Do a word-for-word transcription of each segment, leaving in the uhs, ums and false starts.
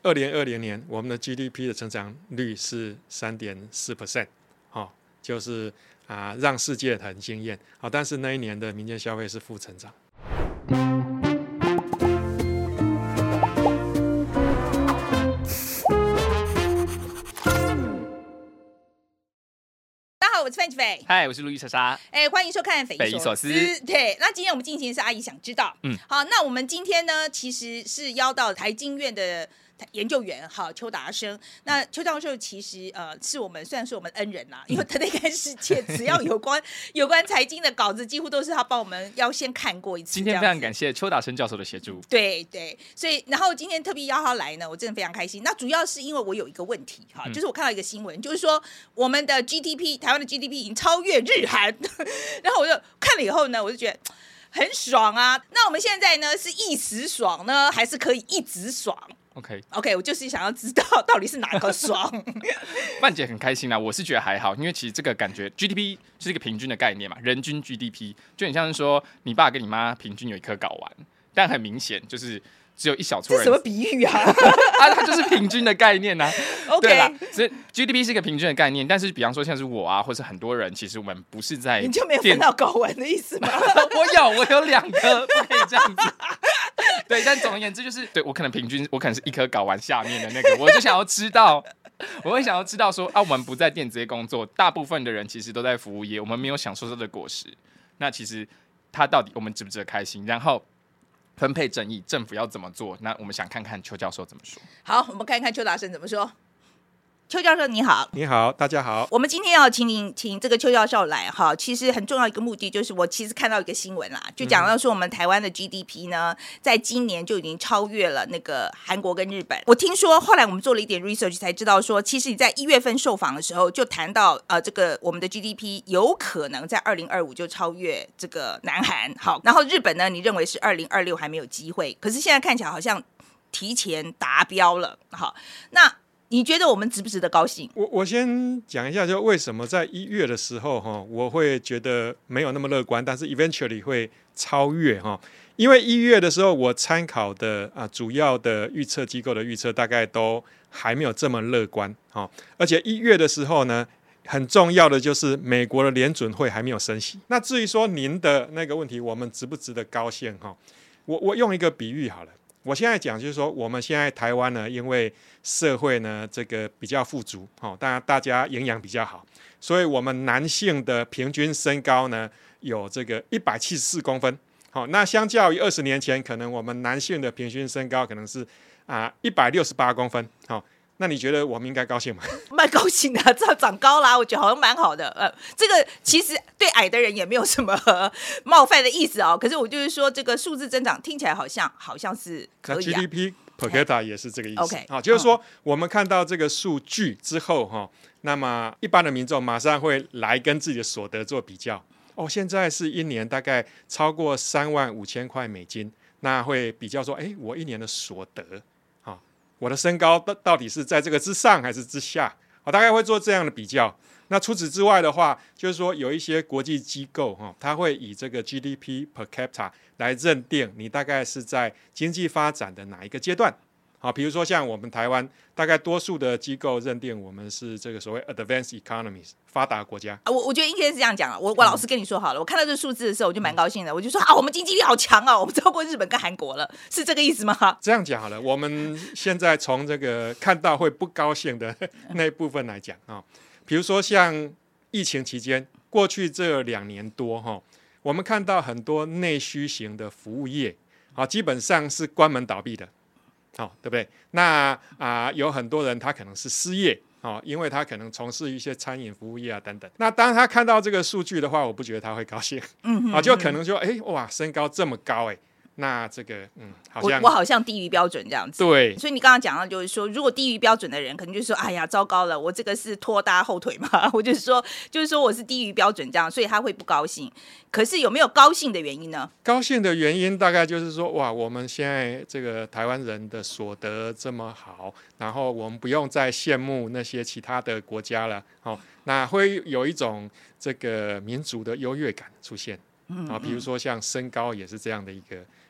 二零二零年我们的 G D P 的成长率是 百分之三点四， 哦，就是啊让世界很惊艳。好，但是那一年的民间消费是负成长。 我是范琪斐， 嗨，我是路易莎莎， 哎，欢迎收看匪夷所思。对，那今天我们进行的是阿姨想知道，嗯，好，那我们今天呢，其实是邀到台经院的研究员哈邱达生。那邱教授其实呃是我们虽然是我们恩人啦，因为他那个世界只要有关有关财经的稿子，几乎都是他帮我们要先看过一次。 今天非常感谢邱达生教授的协助。 对对，所以然后今天特别邀他来呢，我真的非常开心。那主要是因为我有一个问题哈，就是我看到一个新闻，就是说我们的 G D P 台湾的 G D P 已经超越日韩，然后我就看了以后呢，我就觉得很爽啊。那我们现在呢是一时爽呢，还是可以一直爽？OK OK， 我就是想要知道到底是哪个爽。 范姐很开心啦，我是觉得还好，因为其实这个感觉 G D P 是一个平均的概念嘛，人均 G D P 就很像是说你爸跟你妈平均有一颗睾丸，但很明显就是只有一小撮人。 这什么比喻啊？ 啊，它就是平均的概念啊。 OK， 对啦，所以 G D P 是一个平均的概念，但是比方说像是我啊，或是很多人，其实我们不是在你就没有分到睾丸的意思吗？ 我有，我有两颗，不可以这样子。对，但总而言之就是，对我可能平均，我可能是一颗睾丸下面的那个，我就想要知道，我会想要知道说，啊，我们不在电子业工作，大部分的人其实都在服务业，我们没有享受这个果实。那其实它到底我们值不值得开心？然后分配正义，政府要怎么做？那我们想看看邱教授怎么说。 好，我们看看邱达生怎么说。邱教授你好。 你好，大家好。 我们今天要请您请这个邱教授来哈，其实很重要一个目的就是我其实看到一个新闻啦，就讲到说我们台湾的 G D P 呢，在今年就已经超越了那个韩国跟日本。我听说后来我们做了一点 research 才知道说，其实你在一月份受访的时候就谈到呃，这个我们的 G D P 有可能在二零二五就超越这个南韩。好，然后日本呢，你认为是二零二六还没有机会，可是现在看起来好像提前达标了。好，那你觉得我们值不值得高兴？ 我我先讲一下，就为什么在一月的时候哈，我会觉得没有那么乐观，但是 eventually 会超越哈。因为一月的时候，我参考的啊主要的预测机构的预测，大概都还没有这么乐观哈。而且一月的时候呢，很重要的就是美国的联准会还没有升息。那至于说您的那个问题，我们值不值得高兴哈？我我用一个比喻好了。我现在讲就是说，我们现在台湾呢，因为社会呢这个比较富足，哦，当然大家营养比较好，所以我们男性的平均身高呢有这个一百七十四公分，好，那相较于二十年前，可能我们男性的平均身高可能是啊一百六十八公分，好。那你觉得我们应该高兴吗？ 蛮高兴的、啊，这长高啦，我觉得好像蛮好的。呃，这个其实对矮的人也没有什么冒犯的意思哦。可是我就是说，这个数字增长听起来好像好像是可以、啊。 那 G D P per capita 也是这个意思。 OK， 好，就是说、嗯、我们看到这个数据之后哈，那么一般的民众马上会来跟自己的所得做比较。哦，现在是一年大概超过三万五千块美金，那会比较说，哎，我一年的所得。我的身高到底是在这个之上还是之下？我大概会做这样的比较。那除此之外的话，就是说有一些国际机构它会以这个 G D P per capita 来认定你大概是在经济发展的哪一个阶段。好，比如说像我们台湾，大概多数的机构认定我们是这个所谓 advanced economies 发达国家。 我我觉得应该是这样讲了。我我老实跟你说好了，嗯、我看到这个数字的时候，我就蛮高兴的。我就说啊，我们经济力好强啊，我们超过日本跟韩国了，是这个意思吗？ 这样讲好了，我们现在从这个看到会不高兴的那一部分来讲啊，比如说像疫情期间，过去这两年多哈，我们看到很多内需型的服务业啊，基本上是关门倒闭的。哦，对不对？那啊、呃，有很多人他可能是失业哦，因为他可能从事一些餐饮服务业啊等等。那当他看到这个数据的话，我不觉得他会高兴，嗯啊、哦，就可能说，哎，哇，身高这么高，哎，那这个，嗯，好像我, 我好像低于标准这样子。 对， 所以你刚刚讲到就是说，如果低于标准的人，可能就是说，哎呀，糟糕了，我这个是拖大家后腿嘛，我就是说，就是说我是低于标准这样，所以他会不高兴。可是有没有高兴的原因呢？ 高兴的原因大概就是说，哇，我们现在这个台湾人的所得这么好，然后我们不用再羡慕那些其他的国家了，哦，那会有一种这个民族的优越感出现。啊，比如说像身高也是这样的一个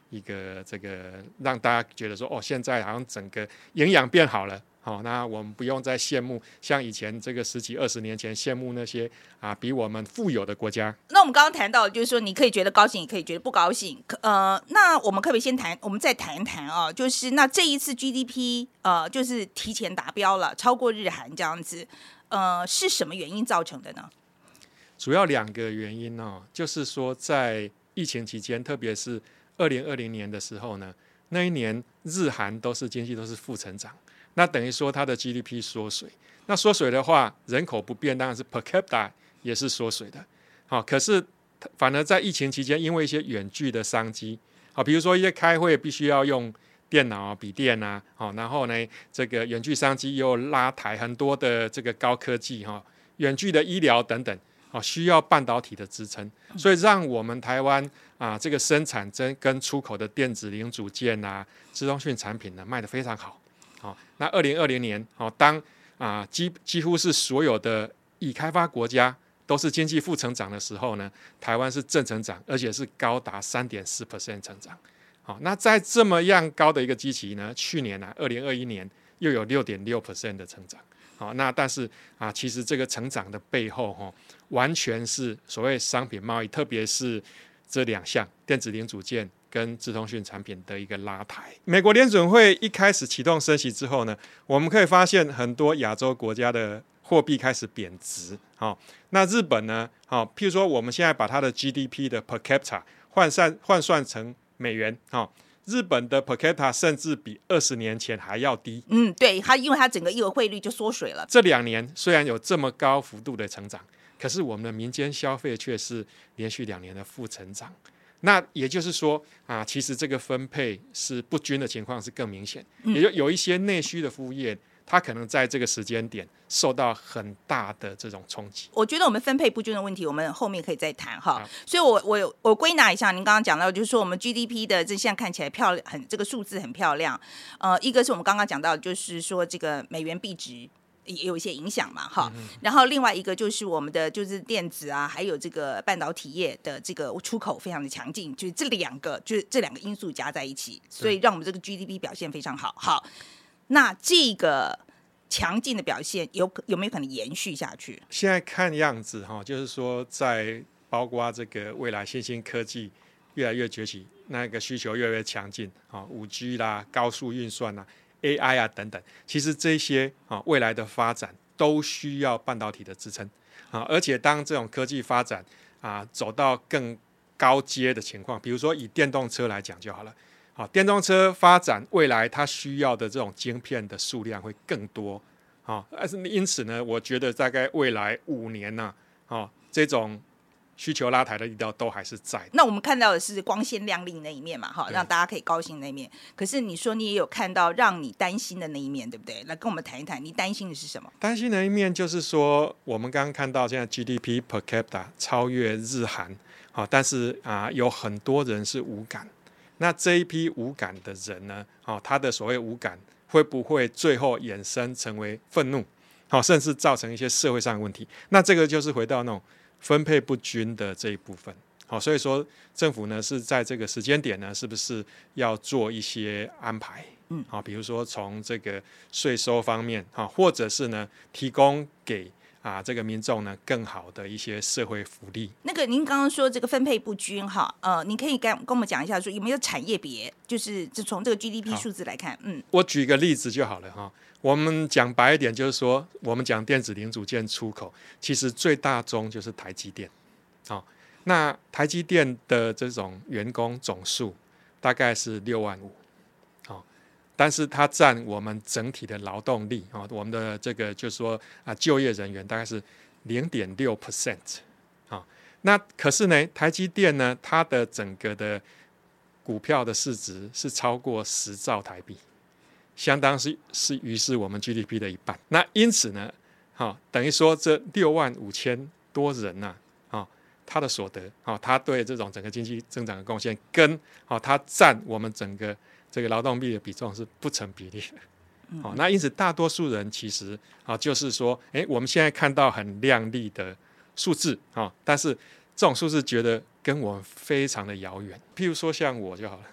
一个这个让大家觉得说，哦，现在好像整个营养变好了。好、哦，那我们不用再羡慕像以前这个十几二十年前羡慕那些啊比我们富有的国家。 那我们刚刚谈到，就是说你可以觉得高兴，也可以觉得不高兴。呃，那我们可不可以先谈，我们再谈一谈啊？就是那这一次 G D P 呃，就是提前达标了，超过日韩这样子，呃，是什么原因造成的呢？ 主要两个原因哦，就是说在疫情期间，特别是二零二零年的时候呢，那一年日韩都是经济都是负成长。那等于说它的 G D P 缩水，那缩水的话，人口不变，当然是 per capita 也是缩水的。好，可是反而在疫情期间，因为一些远距的商机，好，比如说一些开会必须要用电脑、笔电啊，好，然后呢，这个远距商机又拉抬很多的这个高科技哈，远距的医疗等等，好，需要半导体的支撑，所以让我们台湾啊这个生产跟跟出口的电子零组件啊、资通讯产品呢卖得非常好。好，那二零二零年，好，当啊几几乎是所有的已开发国家都是经济负成长的时候呢，台湾是正成长，而且是高达三点四 percent 成长。好，那在这么样高的一个基期呢，去年呢、啊，二零二一年又有六点六 percent 的成长。好，那但是啊，其实这个成长的背后，哈、哦，完全是所谓商品贸易，特别是这两项电子零组件跟资通讯产品的一个拉抬。美国联准会一开始启动升息之后呢，我们可以发现很多亚洲国家的货币开始贬值。好，那日本呢？好，譬如说我们现在把它的 G D P 的 per capita 换算换算成美元，好，日本的 per capita 甚至比二十年前还要低。 嗯，对，它因为它整个一额汇率就缩水了。 这两年虽然有这么高幅度的成长，可是我们的民间消费却是连续两年的负成长。那也就是说啊，其实这个分配是不均的情况是更明显，也就有一些内需的服务业，它可能在这个时间点受到很大的这种冲击。 我觉得我们分配不均的问题，我们后面可以再谈哈。所以我我我归纳一下，您刚刚讲到，就是说我们 G D P 的这现在看起来漂亮，很这个数字很漂亮。呃，一个是我们刚刚讲到，就是说这个美元币值也有一些影响嘛，哈、嗯。然后另外一个就是我们的就是电子啊，还有这个半导体业的这个出口非常的强劲，就是这两个就是这两个因素加在一起，所以让我们这个 G D P 表现非常好。好，那这个强劲的表现有有没有可能延续下去？ 现在看样子哈，就是说在包括这个未来新兴科技越来越崛起，那个需求越来越强劲啊，五 G 啦、高速运算啦、A I 啊等等，其实这些啊未来的发展都需要半导体的支撑啊，而且当这种科技发展啊走到更高阶的情况，比如说以电动车来讲就好了。好，电动车发展未来它需要的这种晶片的数量会更多，好，但是因此呢，我觉得大概未来五年呢、啊，哦，这种需求拉抬的力道都还是在的。 那我们看到的是光鲜亮丽那一面嘛，哈，让大家可以高兴那一面。可是你说你也有看到让你担心的那一面，对不对？来跟我们谈一谈，你担心的是什么？ 担心的一面就是说，我们刚刚看到现在 G D P per capita 超越日韩，好，但是啊，有很多人是无感。那这一批无感的人呢？哦，他的所谓无感会不会最后衍生成为愤怒？好、哦，甚至造成一些社会上的问题？那这个就是回到那种分配不均的这一部分。好、哦，所以说政府呢是在这个时间点呢，是不是要做一些安排？嗯，好、哦，比如说从这个税收方面，哈、哦，或者是呢提供给。啊，这个民众呢更好的一些社会福利。 那个您刚刚说这个分配不均哈，呃，你可以跟跟我们讲一下，说有没有产业别，就是就从这个 G D P 数字来看，嗯， 我举个例子就好了哈。我们讲白一点，就是说，我们讲电子零组件出口，其实最大宗就是台积电。好、哦，那台积电的这种员工总数大概是六万五。但是它占我们整体的劳动力啊，我们的这个就是说啊，就业人员大概是零点六 percent 啊。那可是呢，台积电呢，它的整个的股票的市值是超过十兆台币，相当是是于是我们 G D P 的一半。那因此呢，好，等于说这六万五千多人呐、啊，啊，他的所得啊，他对这种整个经济增长的贡献，跟啊，他占我们整个。这个劳动力的比重是不成比例的，哦，那因此大多数人其实啊，就是说，哎，我们现在看到很亮丽的数字啊、哦，但是这种数字觉得跟我们非常的遥远。譬如说像我就好了，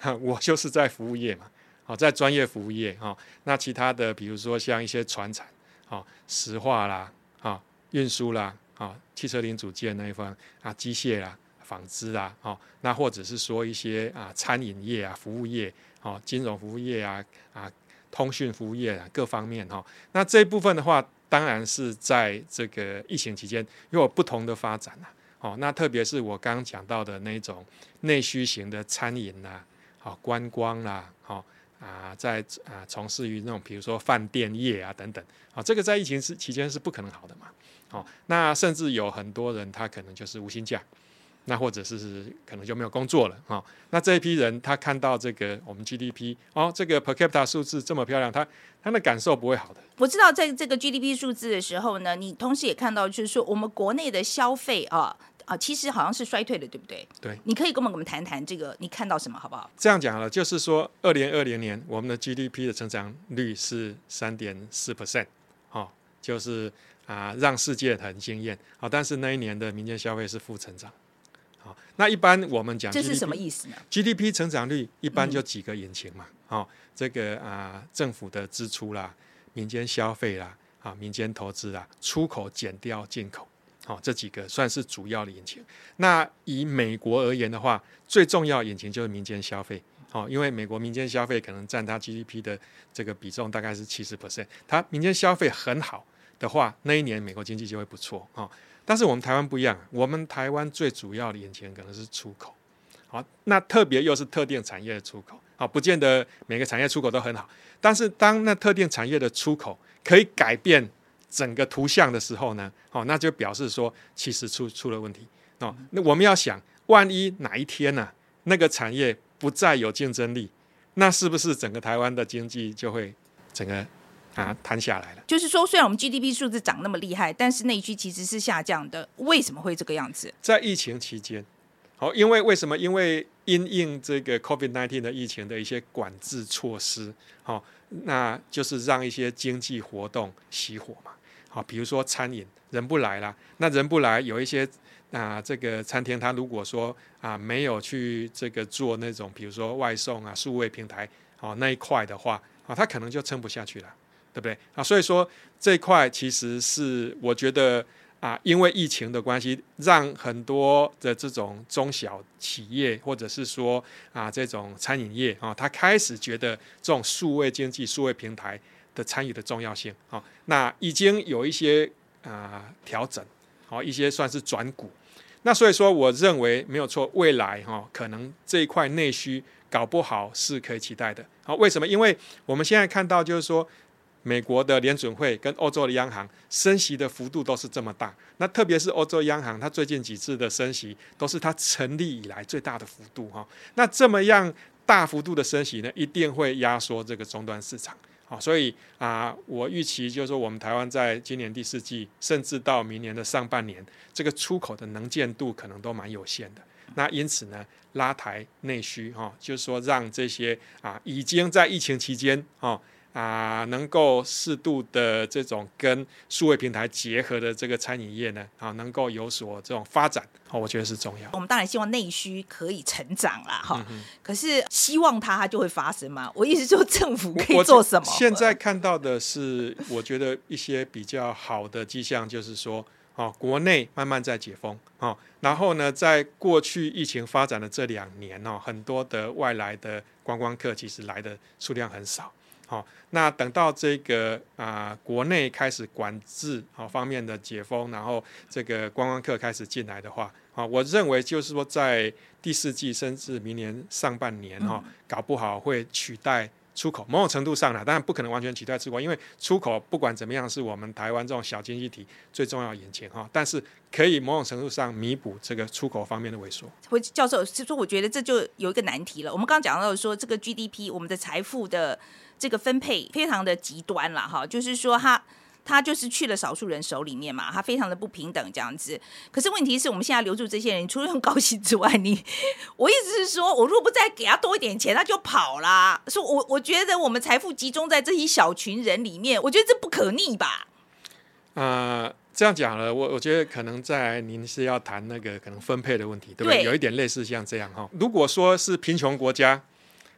我就是在服务业嘛，好，在专业服务业哈。那其他的，比如说像一些传产，好，石化啦，啊，运输啦，啊，汽车零组件那一方啊，机械啦、纺织啦，哦，那或者是说一些啊餐饮业啊、服务业，哦，金融服务业啊，啊，通讯服务业啊，各方面哈、哦。那这一部分的话，当然是在这个疫情期间又有不同的发展啦。哦，那特别是我刚刚讲到的那种内需型的餐饮啦，好、哦、观光啦，好、哦、啊，在啊从事于那种比如说饭店业啊等等，好、哦，这个在疫情期间是不可能好的嘛。好、哦，那甚至有很多人他可能就是无薪假。那或者是可能就没有工作了啊、哦。那这一批人，他看到这个我们 G D P 哦，这个 per capita 数字这么漂亮，他他的感受不会好的。 我知道在这个 G D P 数字的时候呢，你同时也看到就是说我们国内的消费啊啊，其实好像是衰退的，对不对？ 对， 你可以跟我们谈谈这个，你看到什么好不好？ 这样讲了，就是说二零二零年我们的 G D P 的成长率是三点四 percent， 哦，就是啊让世界很惊艳啊、哦。但是那一年的民间消费是负成长。好，那一般我们讲 G D P, 这是什么意思呢 ？G D P 成长率一般就几个引擎嘛，嗯、哦，这个啊政府的支出啦，民间消费啦，啊民间投资啦，出口减掉进口，好、哦、这几个算是主要的引擎。那以美国而言的话，最重要的引擎就是民间消费，好、哦，因为美国民间消费可能占它 G D P 的这个比重大概是七十 percent， 它民间消费很好的话，那一年美国经济就会不错啊。哦，但是我们台湾不一样，我们台湾最主要的引擎可能是出口，好，那特别又是特定产业的出口，好，不见得每个产业出口都很好，但是当那特定产业的出口可以改变整个图像的时候呢，好，那就表示说其实出出了问题，哦，那我们要想，万一哪一天呢、啊，那个产业不再有竞争力，那是不是整个台湾的经济就会整个啊摊下来了？ 就是说，虽然我们 G D P 数字涨那么厉害，但是内需其实是下降的，为什么会这个样子？ 在疫情期间，好，因为为什么？因为因应这个 COVID 十九 的疫情的一些管制措施，好，那就是让一些经济活动熄火嘛。好，比如说餐饮人不来啦，那人不来，有一些啊这个餐厅，他如果说啊没有去这个做那种比如说外送啊、数位平台好那一块的话，啊他可能就撑不下去了。对不对啊？所以说这一块其实是我觉得啊，因为疫情的关系，让很多的这种中小企业或者是说啊这种餐饮业啊，他开始觉得这种数位经济、数位平台的参与的重要性啊，那已经有一些啊调整，好、啊、一些算是转股。那所以说，我认为没有错，未来哈、啊、可能这一块内需搞不好是可以期待的。好、啊，为什么？因为我们现在看到就是说，美国的联准会跟欧洲的央行升息的幅度都是这么大，那特别是欧洲央行，它最近几次的升息都是它成立以来最大的幅度哈。那这么样大幅度的升息呢，一定会压缩这个终端市场。好，所以啊，我预期就是说，我们台湾在今年第四季，甚至到明年的上半年，这个出口的能见度可能都蛮有限的。那因此呢，拉抬内需哈，就是说让这些啊已经在疫情期间哈。啊，能够适度的这种跟数位平台结合的这个餐饮业呢，啊，能够有所这种发展，哦，我觉得是重要。 我们当然希望内需可以成长啦，哈、嗯。可是希望它它就会发生吗？我意思说，政府可以做什么？ 现在看到的是，我觉得一些比较好的迹象，就是说，哦，国内慢慢在解封，哦，然后呢，在过去疫情发展的这两年哦，很多的外来的观光客其实来的数量很少。好，那等到这个啊、呃、国内开始管制好、哦、方面的解封，然后这个观光客开始进来的话，啊、哦，我认为就是说在第四季甚至明年上半年哈、哦，搞不好会取代出口，某种程度上呢，当然不可能完全取代出口，因为出口不管怎么样是我们台湾这种小经济体最重要的引擎哈，但是可以某种程度上弥补这个出口方面的萎缩。 教授是说，我觉得这就有一个难题了。我们刚刚讲到说，这个 G D P 我们的财富的这个分配非常的极端了哈，就是说它它就是去了少数人手里面嘛，它非常的不平等这样子。可是问题是我们现在留住这些人，除了用高薪之外，你我意思是说，我如果不再给他多一点钱，他就跑啦。所以我我觉得我们财富集中在这一小群人里面，我觉得这不可逆吧？ 呃，这样讲了，我我觉得可能在您是要谈那个可能分配的问题，对不对？对，有一点类似像这样哈。如果说是贫穷国家，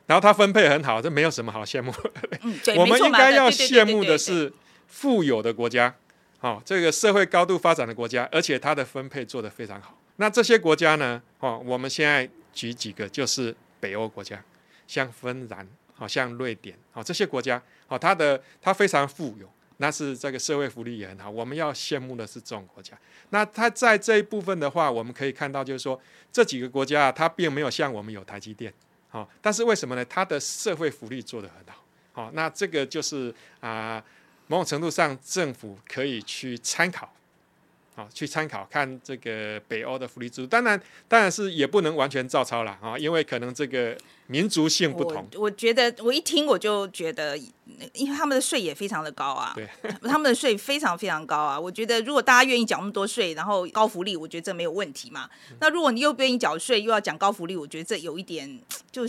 然后它分配很好，这没有什么好羡慕的。 嗯，对， 我们应该要羡慕的对对对对对是富有的国家，哦，这个社会高度发展的国家，而且它的分配做得非常好。那这些国家呢，哦，我们现在举几个，就是北欧国家，像芬兰，好、哦、像瑞典，好、哦、这些国家，好、哦、它的它非常富有，那是这个社会福利也很好。我们要羡慕的是这种国家。那它在这一部分的话，我们可以看到，就是说这几个国家它并没有像我们有台积电，好、哦，但是为什么呢？它的社会福利做得很好，好、哦，那这个就是啊、呃，某种程度上政府可以去参考。好，去参考看这个北欧的福利制度，当然，当然是也不能完全照抄啦，啊，因为可能这个民族性不同。 我, 我觉得我一听我就觉得，因为他们的税也非常的高啊， 对， 他们的税非常非常高啊。我觉得如果大家愿意缴那么多税，然后高福利，我觉得这没有问题嘛。嗯、那如果你又不愿意缴税，又要讲高福利，我觉得这有一点就是。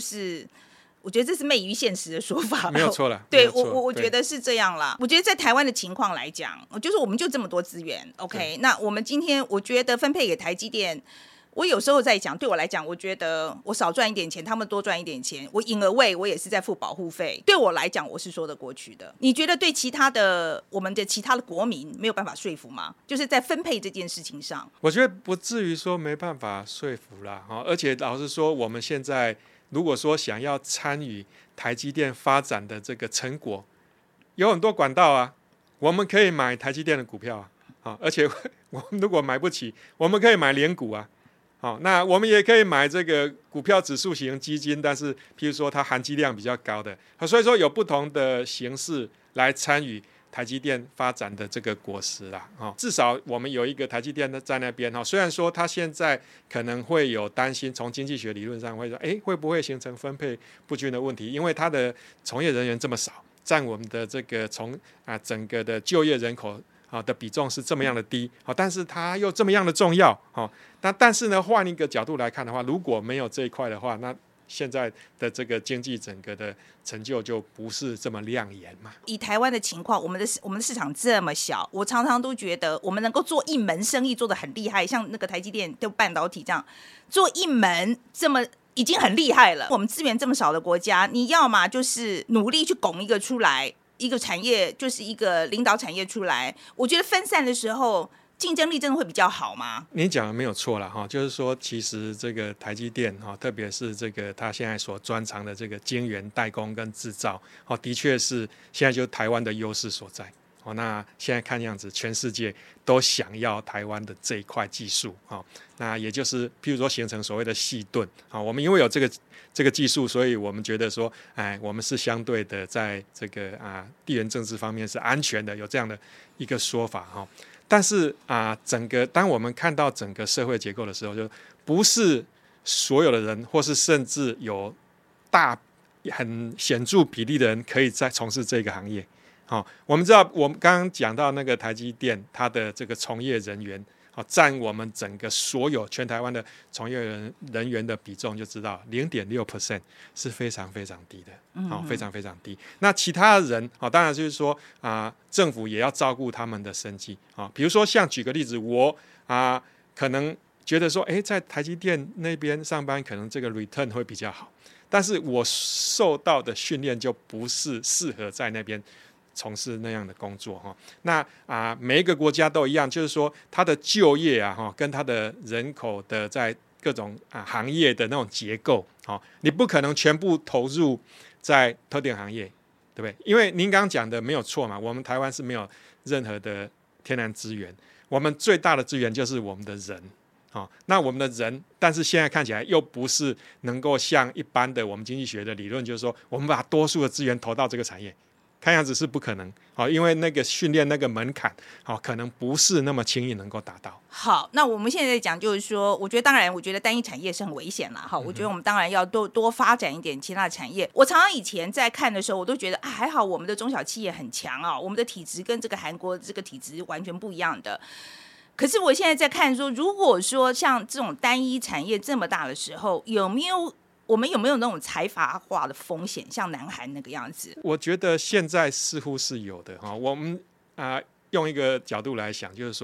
我觉得这是昧于现实的说法， 没有错了。 对我我我觉得是这样啦。我觉得在台湾的情况来讲，就是我们就这么多资源 ，OK。那我们今天我觉得分配给台积电，我有时候在讲，对我来讲，我觉得我少赚一点钱，他们多赚一点钱，我in a way我也是在付保护费。对我来讲，我是说得过去的。你觉得对其他的我们的其他的国民没有办法说服吗？就是在分配这件事情上， 我觉得不至于说没办法说服啦。而且老实说，我们现在。如果说想要参与台积电发展的这个成果，有很多管道啊，我们可以买台积电的股票啊，好，而且我们如果买不起，我们可以买联股啊，好，那我们也可以买这个股票指数型基金，但是譬如说它含积量比较高的，所以说有不同的形式来参与台积电发展的这个果实啦，至少我们有一个台积电在那边，虽然说它现在可能会有担心，从经济学理论上会说，哎，会不会形成分配不均的问题？因为它的从业人员这么少，占我们的这个从啊整个的就业人口啊的比重是这么样的低，但是它又这么样的重要，那但是呢，换一个角度来看的话，如果没有这一块的话，那现在的这个经济整个的成就就不是这么亮眼嘛。 以台湾的情况，我们的我们的市场这么小，我常常都觉得我们能够做一门生意做得很厉害，像那个台积电就半导体这样做一门这么已经很厉害了。我们资源这么少的国家，你要嘛就是努力去拱一个出来，一个产业就是一个领导产业出来。我觉得分散的时候。竞争力真的会比较好吗？ 你讲的没有错啦，就是说其实这个台积电特别是这个它现在所专长的这个晶圆代工跟制造，的确是现在就是台湾的优势所在。那现在看样子全世界都想要台湾的这一块技术，那也就是譬如说形成所谓的细盾，我们因为有这个这个技术，所以我们觉得说，哎，我们是相对的在这个啊地缘政治方面是安全的，有这样的一个说法哈。但是啊，整个当我们看到整个社会结构的时候，就不是所有的人，或是甚至有大很显著比例的人可以在从事这个行业。好、哦，我们知道，我们刚刚讲到那个台积电，它的这个从业人员，好、哦、占我们整个所有全台湾的从业人人员的比重，就知道零点六 percent 是非常非常低的，好、哦，非常非常低。那其他人，好、哦，当然就是说啊、呃，政府也要照顾他们的生计，啊、哦，比如说像举个例子，我啊、呃、可能觉得说，哎，在台积电那边上班，可能这个 return 会比较好，但是我受到的训练就不是适合在那边从事那样的工作哈，那啊每一个国家都一样，就是说它的就业啊哈，跟它的人口的在各种啊行业的那种结构，好，你不可能全部投入在特定行业，对不对？因为您刚刚讲的没有错嘛，我们台湾是没有任何的天然资源，我们最大的资源就是我们的人。哦、那我们的人，但是现在看起来又不是能够像一般的我们经济学的理论，就是说我们把多数的资源投到这个产业。看样子是不可能，好，因为那个训练那个门槛，好，可能不是那么轻易能够达到。 好，那我们现在讲就是说，我觉得当然，我觉得单一产业是很危险啦，哈，我觉得我们当然要多多发展一点其他的产业。我常常以前在看的时候，我都觉得啊，还好我们的中小企业很强啊，我们的体质跟这个韩国这个体质完全不一样的。可是我现在在看说，如果说像这种单一产业这么大的时候，有没有？我们有没有那种财阀化的风险，像南韩那个样子？ 我觉得现在似乎是有的哈。我们啊、呃，用一个角度来想，就是说，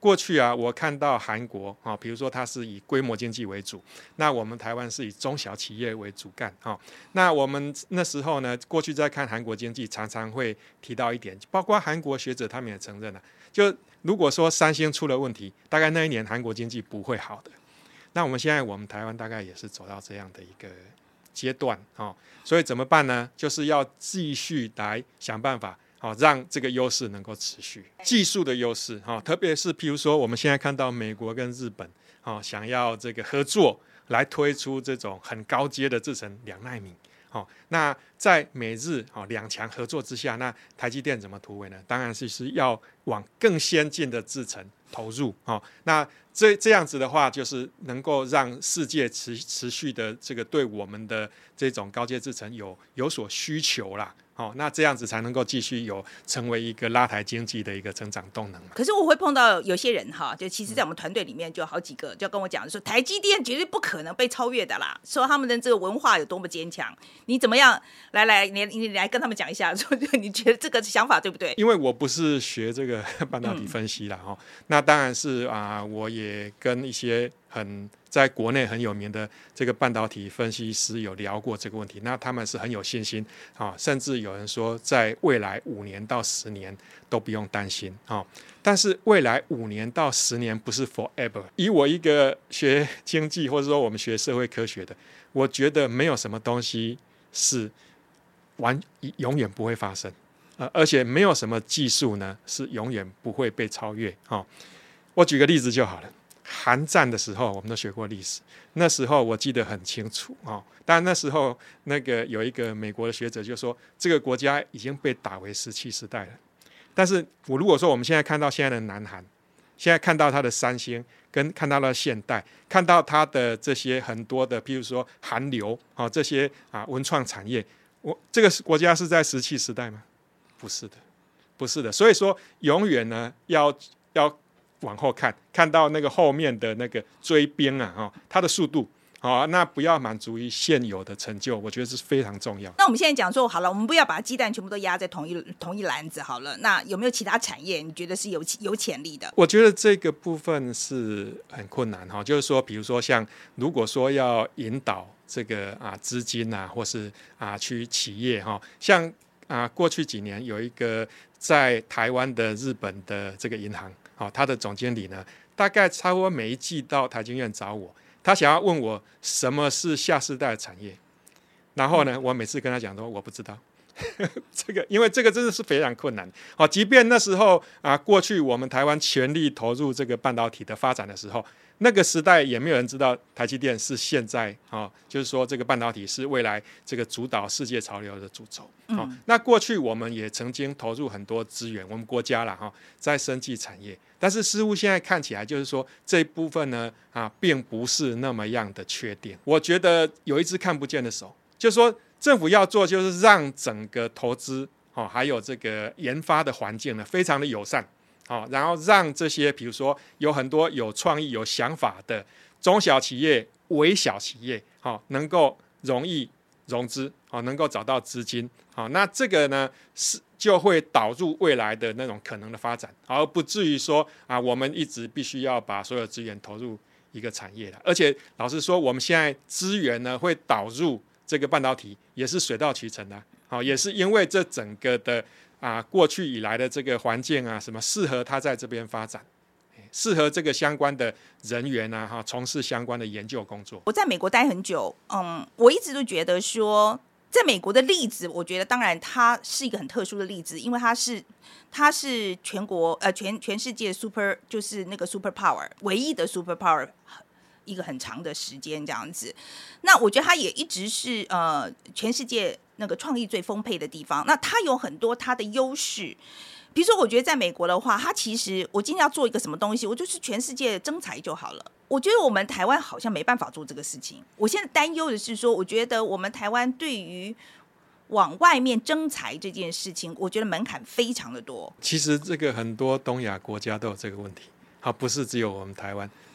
过去啊，我看到韩国啊，比如说它是以规模经济为主，那我们台湾是以中小企业为主干哈。那我们那时候呢，过去在看韩国经济，常常会提到一点，包括韩国学者他们也承认了、啊，就如果说三星出了问题，大概那一年韩国经济不会好的。那我们现在我们台湾大概也是走到这样的一个阶段啊，所以怎么办呢？就是要继续来想办法。好，让这个优势能够持续，技术的优势，哈，特别是譬如说，我们现在看到美国跟日本，哈，想要这个合作来推出这种很高阶的制程两奈米，好，那在美日好两强合作之下，那台积电怎么突围呢？当然是是要往更先进的制程投入，哦，那这这样子的话，就是能够让世界持持续的这个对我们的这种高阶制程有有所需求啦。哦，那这样子才能够继续有成为一个拉抬经济的一个增长动能嘛。 可是我会碰到有些人哈，就其实在我们团队里面就有好几个就跟我讲说，台积电绝对不可能被超越的啦，说他们的这个文化有多么坚强。你怎么样？来来，你你来跟他们讲一下，说你觉得这个想法对不对？ 因为我不是学这个半导体分析啦，哈、嗯，那当然是啊、呃，我也跟一些很在国内很有名的这个半导体分析师有聊过这个问题，那他们是很有信心啊，甚至有人说在未来五年到十年都不用担心啊。但是未来五年到十年不是 forever。以我一个学经济或者说我们学社会科学的，我觉得没有什么东西是完永远不会发生，呃，而且没有什么技术呢是永远不会被超越啊。我举个例子就好了。韩战的时候，我们都学过历史。那时候我记得很清楚哦。当然那时候那个有一个美国的学者就说，这个国家已经被打为石器时代了。但是我如果说我们现在看到现在的南韩，现在看到它的三星，跟看到它的现代，看到它的这些很多的，譬如说韩流啊、哦、这些啊文创产业，我这个国家是在石器时代吗？不是的，不是的。所以说，永远呢要要。往后看，看到那个后面的那个追兵啊，哈，它的速度，好，那不要满足于现有的成就，我觉得是非常重要。 那我们现在讲说，好了，我们不要把鸡蛋全部都压在同一同一篮子好了。那有没有其他产业你觉得是有有潜力的？ 我觉得这个部分是很困难哈，就是说，比如说像如果说要引导这个啊资金啊，或是啊去企业哈，像啊过去几年有一个在台湾的日本的这个银行。好，他的总经理呢，大概差不多每一季到台经院找我，他想要问我什么是下世代的产业，然后呢，我每次跟他讲说我不知道，这个因为这个真的是非常困难。好，即便那时候啊，过去我们台湾全力投入这个半导体的发展的时候，那个时代也没有人知道台积电是现在啊，就是说这个半导体是未来这个主导世界潮流的主轴。嗯，那过去我们也曾经投入很多资源，我们国家啦哈，在生技产业，但是似乎现在看起来就是说这一部分呢啊，并不是那么样的确定。我觉得有一只看不见的手，就是说政府要做，就是让整个投资哦，还有这个研发的环境呢，非常的友善。好，然后让这些比如说有很多有创意、有想法的中小企业、微小企业，好，能够容易融资，好，能够找到资金，好，那这个呢是就会导入未来的那种可能的发展，而不至于说啊，我们一直必须要把所有资源投入一个产业了。而且老实说，我们现在资源呢会导入这个半导体，也是水到渠成的，好，也是因为这整个的。啊，过去以来的这个环境啊，什么适合他在这边发展，适合这个相关的人员啊，哈，从事相关的研究工作。 我在美国待很久，嗯，我一直都觉得说，在美国的例子，我觉得当然它是一个很特殊的例子，因为它是它是全国呃全全世界 super 就是那个 super power 唯一的 super power。一个很长的时间这样子，那我觉得它也一直是呃全世界那个创意最丰沛的地方。那它有很多它的优势，比如说我觉得在美国的话，它其实我今天要做一个什么东西，我就是全世界征才就好了。我觉得我们台湾好像没办法做这个事情。我现在担忧的是说，我觉得我们台湾对于往外面征才这件事情，我觉得门槛非常的多。 其实这个很多东亚国家都有这个问题，好，不是只有我们台湾。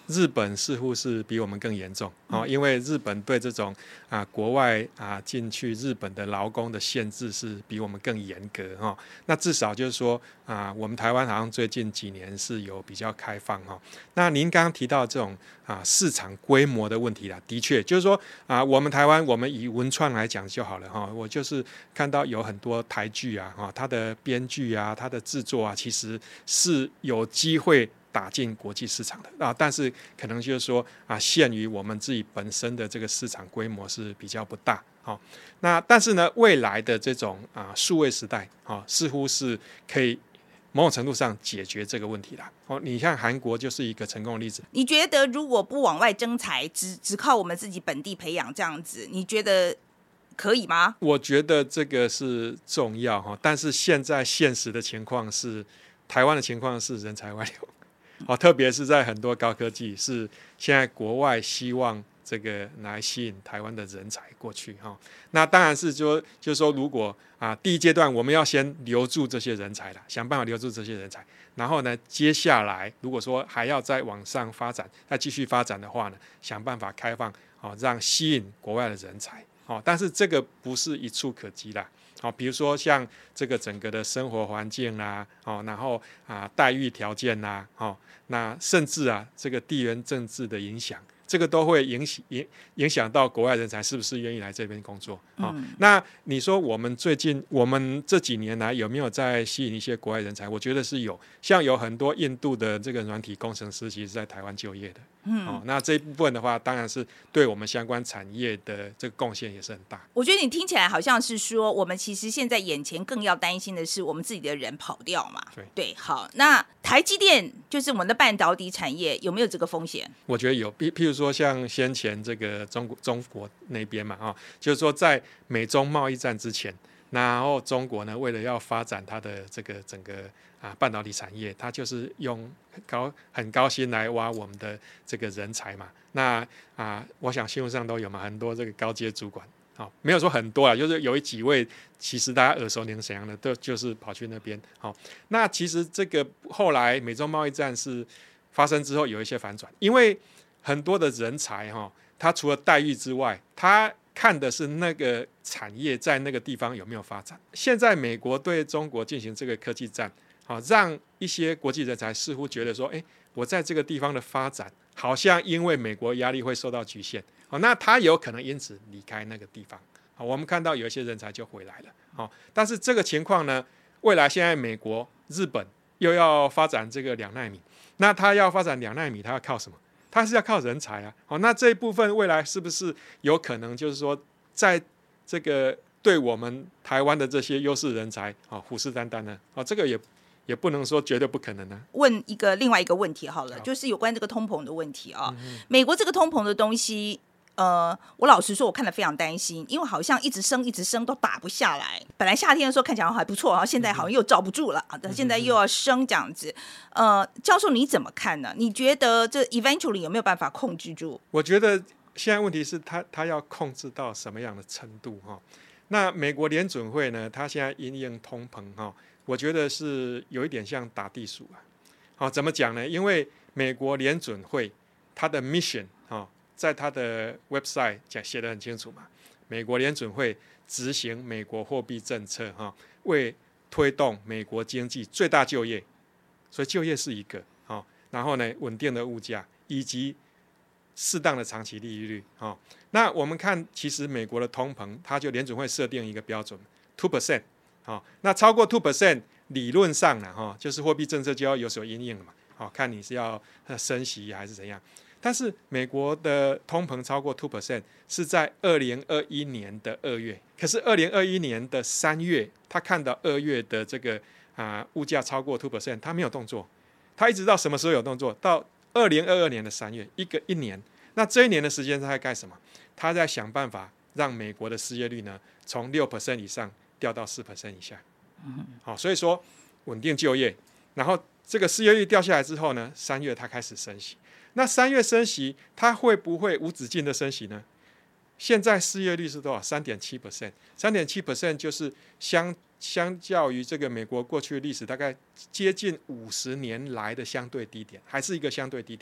日本似乎是比我们更严重哦，因为日本对这种啊国外啊进去日本的劳工的限制是比我们更严格哦。那至少就是说啊，我们台湾好像最近几年是有比较开放哈、哦。那您刚刚提到这种啊市场规模的问题啦，的确就是说啊，我们台湾我们以文创来讲就好了哈、哦。我就是看到有很多台剧啊哈、哦，它的编剧啊，它的制作啊，其实是有机会打进国际市场的啊，但是可能就是说啊，限于我们自己本身的这个市场规模是比较不大。好、哦，那但是呢，未来的这种啊数位时代啊、哦，似乎是可以某种程度上解决这个问题啦。哦，你看韩国就是一个成功的例子。 你觉得如果不往外征才，只只靠我们自己本地培养这样子，你觉得可以吗？ 我觉得这个是重要哈，但是现在现实的情况是，台湾的情况是人才外流。哦，特别是在很多高科技，是现在国外希望这个来吸引台湾的人才过去哈、哦。那当然是说，就是说，如果啊第一阶段我们要先留住这些人才啦，想办法留住这些人才，然后呢，接下来如果说还要再往上发展，再继续发展的话呢，想办法开放哦，让吸引国外的人才哦。但是这个不是一触可及啦。好，比如说像这个整个的生活环境啦，哦，然后啊待遇条件啦，哦，那甚至啊这个地缘政治的影响，这个都会影响影影响到国外人才是不是愿意来这边工作。哦嗯、 那你说我们最近我们这几年来有没有在吸引一些国外人才？我觉得是有，像有很多印度的这个软体工程师，其实是在台湾就业的。嗯，哦，那这一部分的话，当然是对我们相关产业的这个贡献也是很大。 我觉得你听起来好像是说，我们其实现在眼前更要担心的是我们自己的人跑掉嘛。 对对，好，那台积电就是我们的半导体产业，有没有这个风险？ 我觉得有，譬譬如说像先前这个中国中国那边嘛，哦，就是说在美中贸易战之前，然后中国呢为了要发展它的这个整个啊半导体产业，它就是用高很高薪来挖我们的这个人才嘛。那啊，我想新闻上都有嘛，很多这个高阶主管，哦，没有说很多啊，就是有几位，其实大家耳熟能详的，都就是跑去那边。好、哦，那其实这个后来美中贸易战是发生之后有一些反转，因为很多的人才哈、哦，他除了待遇之外，他看的是那个产业在那个地方有没有发展。现在美国对中国进行这个科技战，好、哦，让一些国际人才似乎觉得说，哎，我在这个地方的发展，好像因为美国压力会受到局限，好、哦，那他有可能因此离开那个地方。好、哦，我们看到有一些人才就回来了。好、哦，但是这个情况呢，未来现在美国、日本又要发展这个两奈米，那他要发展两奈米，他要靠什么？他是要靠人才啊。好、哦，那这一部分未来是不是有可能就是说，在这个对我们台湾的这些优势人才啊、哦、虎视眈眈呢？哦，这个也也不能说绝对不可能呢、啊。 问一个另外一个问题好了， 好就是有关这个通膨的问题啊、哦嗯。 美国这个通膨的东西。呃，我老实说，我看得非常担心，因为好像一直升，一直升都打不下来。本来夏天的时候看起来还不错，然后现在好像又罩不住了啊，但现在又要升这样子。呃，教授你怎么看呢？你觉得这 eventually 有没有办法控制住？ 我觉得现在问题是他他要控制到什么样的程度哈？那美国联准会呢？它现在因应通膨哈，我觉得是有一点像打地鼠啊。好，怎么讲呢？因为美国联准会它的 mission 哈。在他的 website 讲写得很清楚嘛，美国联准会执行美国货币政策哈，为推动美国经济最大就业，所以就业是一个哈，然后呢稳定的物价以及适当的长期利率哈。那我们看，其实美国的通膨，它就联准会设定一个标准 two percent 好，那超过 two percent 理论上呢哈，就是货币政策就要有所因应了嘛，好，看你是要升息还是怎样。但是美国的通膨超过 two percent 是在二零二一年的二月，可是二零二一年的三月，他看到二月的这个啊、呃、物价超过 two percent， 他没有动作，他一直到什么时候有动作？到二零二二年的三月，一个一年。那这一年的时间他在干什么？他在想办法让美国的失业率呢从 百分之六 以上掉到 百分之四 以下。好，所以说稳定就业，然后这个失业率掉下来之后呢，三月他开始升息。那三月升息，它会不会无止境的升息呢？现在失业率是多少？三点七 percent， 三点七 percent 就是相相较于这个美国过去的历史，大概接近五十年来的相对低点，还是一个相对低点。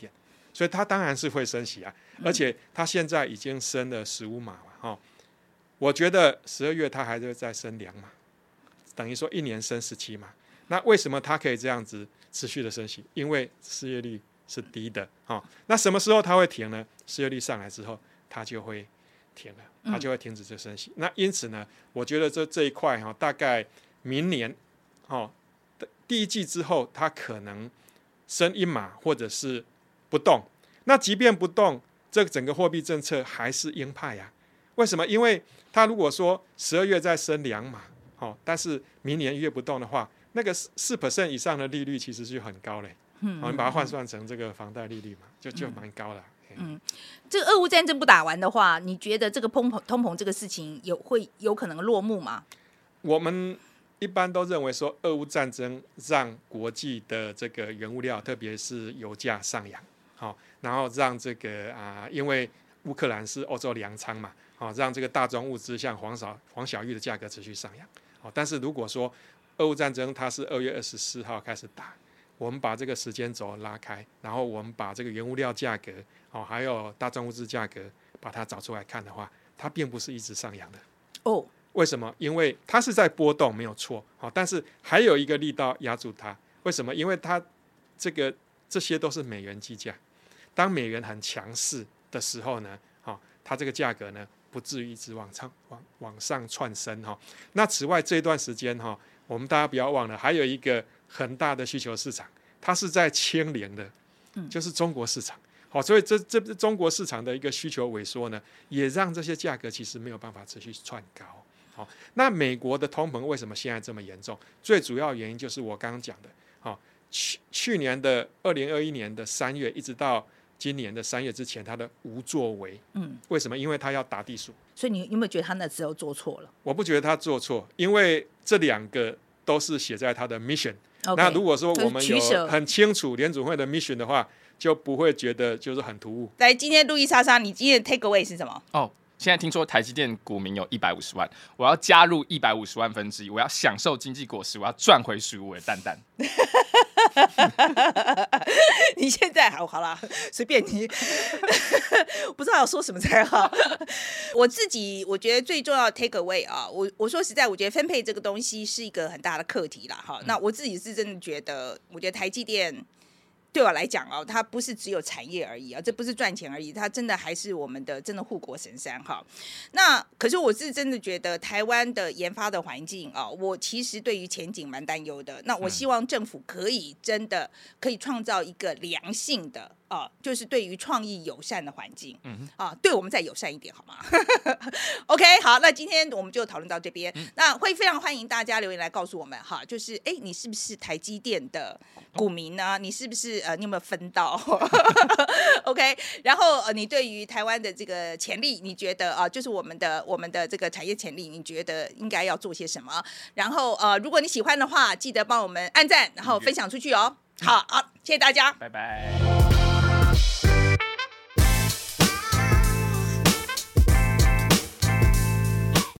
所以它当然是会升息啊，而且它现在已经升了十五码嘛，哈，我觉得十二月它还会再升两码，等于说一年升十七码。那为什么它可以这样子持续的升息？因为失业率是低的，哈。那什么时候它会停呢？失业率上来之后，它就会停了，它就会停止这升息。那因此呢，我觉得这这一块哈，大概明年，哈，第一季之后，它可能升一码或者是不动。那即便不动，这整个货币政策还是鹰派呀、啊。为什么？因为它如果说十二月再升两码，哦，但是明年一月不动的话，那个四 percent 以上的利率其实就很高嘞。嗯，哦，你把它换算成这个房贷利率嘛，就就蛮高了。 嗯，这个俄乌战争不打完的话，你觉得这个通膨通膨这个事情有会有可能落幕吗？ 我们一般都认为说，俄乌战争让国际的这个原物料，特别是油价上扬，好，然后让这个啊，因为乌克兰是欧洲粮仓嘛，好，让这个大宗物资像黄小黄小玉的价格持续上扬。好，但是如果说俄乌战争它是二月二十四号开始打，我们把这个时间轴拉开，然后我们把这个原物料价格，哦，还有大宗物资价格，把它找出来看的话，它并不是一直上扬的。 哦， 为什么？因为它是在波动，没有错，好，但是还有一个力道压住它。为什么？因为它这个这些都是美元计价，当美元很强势的时候呢，好，它这个价格呢不至于一直往上往往上窜升哈。那此外这一段时间哈，我们大家不要忘了，还有一个很大的需求市场，它是在牵连的，就是中国市场。好，所以这这中国市场的一个需求萎缩呢，也让这些价格其实没有办法持续窜高。好，那美国的通膨为什么现在这么严重？最主要原因就是我刚刚讲的，好，去去年的二零二一年的三月，一直到今年的三月之前，他的无作为，嗯，为什么？因为他要打地鼠。 所以你有没有觉得他那时候做错了？ 我不觉得他做错，因为这两个都是写在他的 mission。Okay, 那如果说我们有很清楚联准会的 mission 的话，就不会觉得就是很突兀。 来，今天路易莎莎，你今天的 take away 是什么？ 哦，现在听说台积电股民有一百五十万，我要加入一百五十万分之一，我要享受经济果实，我要赚回属于我的蛋蛋。 你现在好好啦，随便你，不知道要说什么才好。我自己我觉得最重要的 take away 啊，我我说实在，我觉得分配这个东西是一个很大的课题啦。哈、嗯，那我自己是真的觉得，我觉得台积电对我来讲啊，它不是只有产业而已啊，这不是赚钱而已，它真的还是我们的真的护国神山哈。那可是我是真的觉得台湾的研发的环境啊，我其实对于前景蛮担忧的。那我希望政府可以真的可以创造一个良性的啊，就是对于创意友善的环境，嗯啊，对我们再友善一点好吗？OK， 好，那今天我们就讨论到这边，嗯、那会非常欢迎大家留言来告诉我们哈，就是哎，你是不是台积电的股民呢？你是不是呃，你有没有分到？OK， 然后呃，你对于台湾的这个潜力，你觉得啊、呃，就是我们的我们的这个产业潜力，你觉得应该要做些什么？然后呃，如果你喜欢的话，记得帮我们按赞，然后分享出去哦。好好，谢谢大家， 拜拜。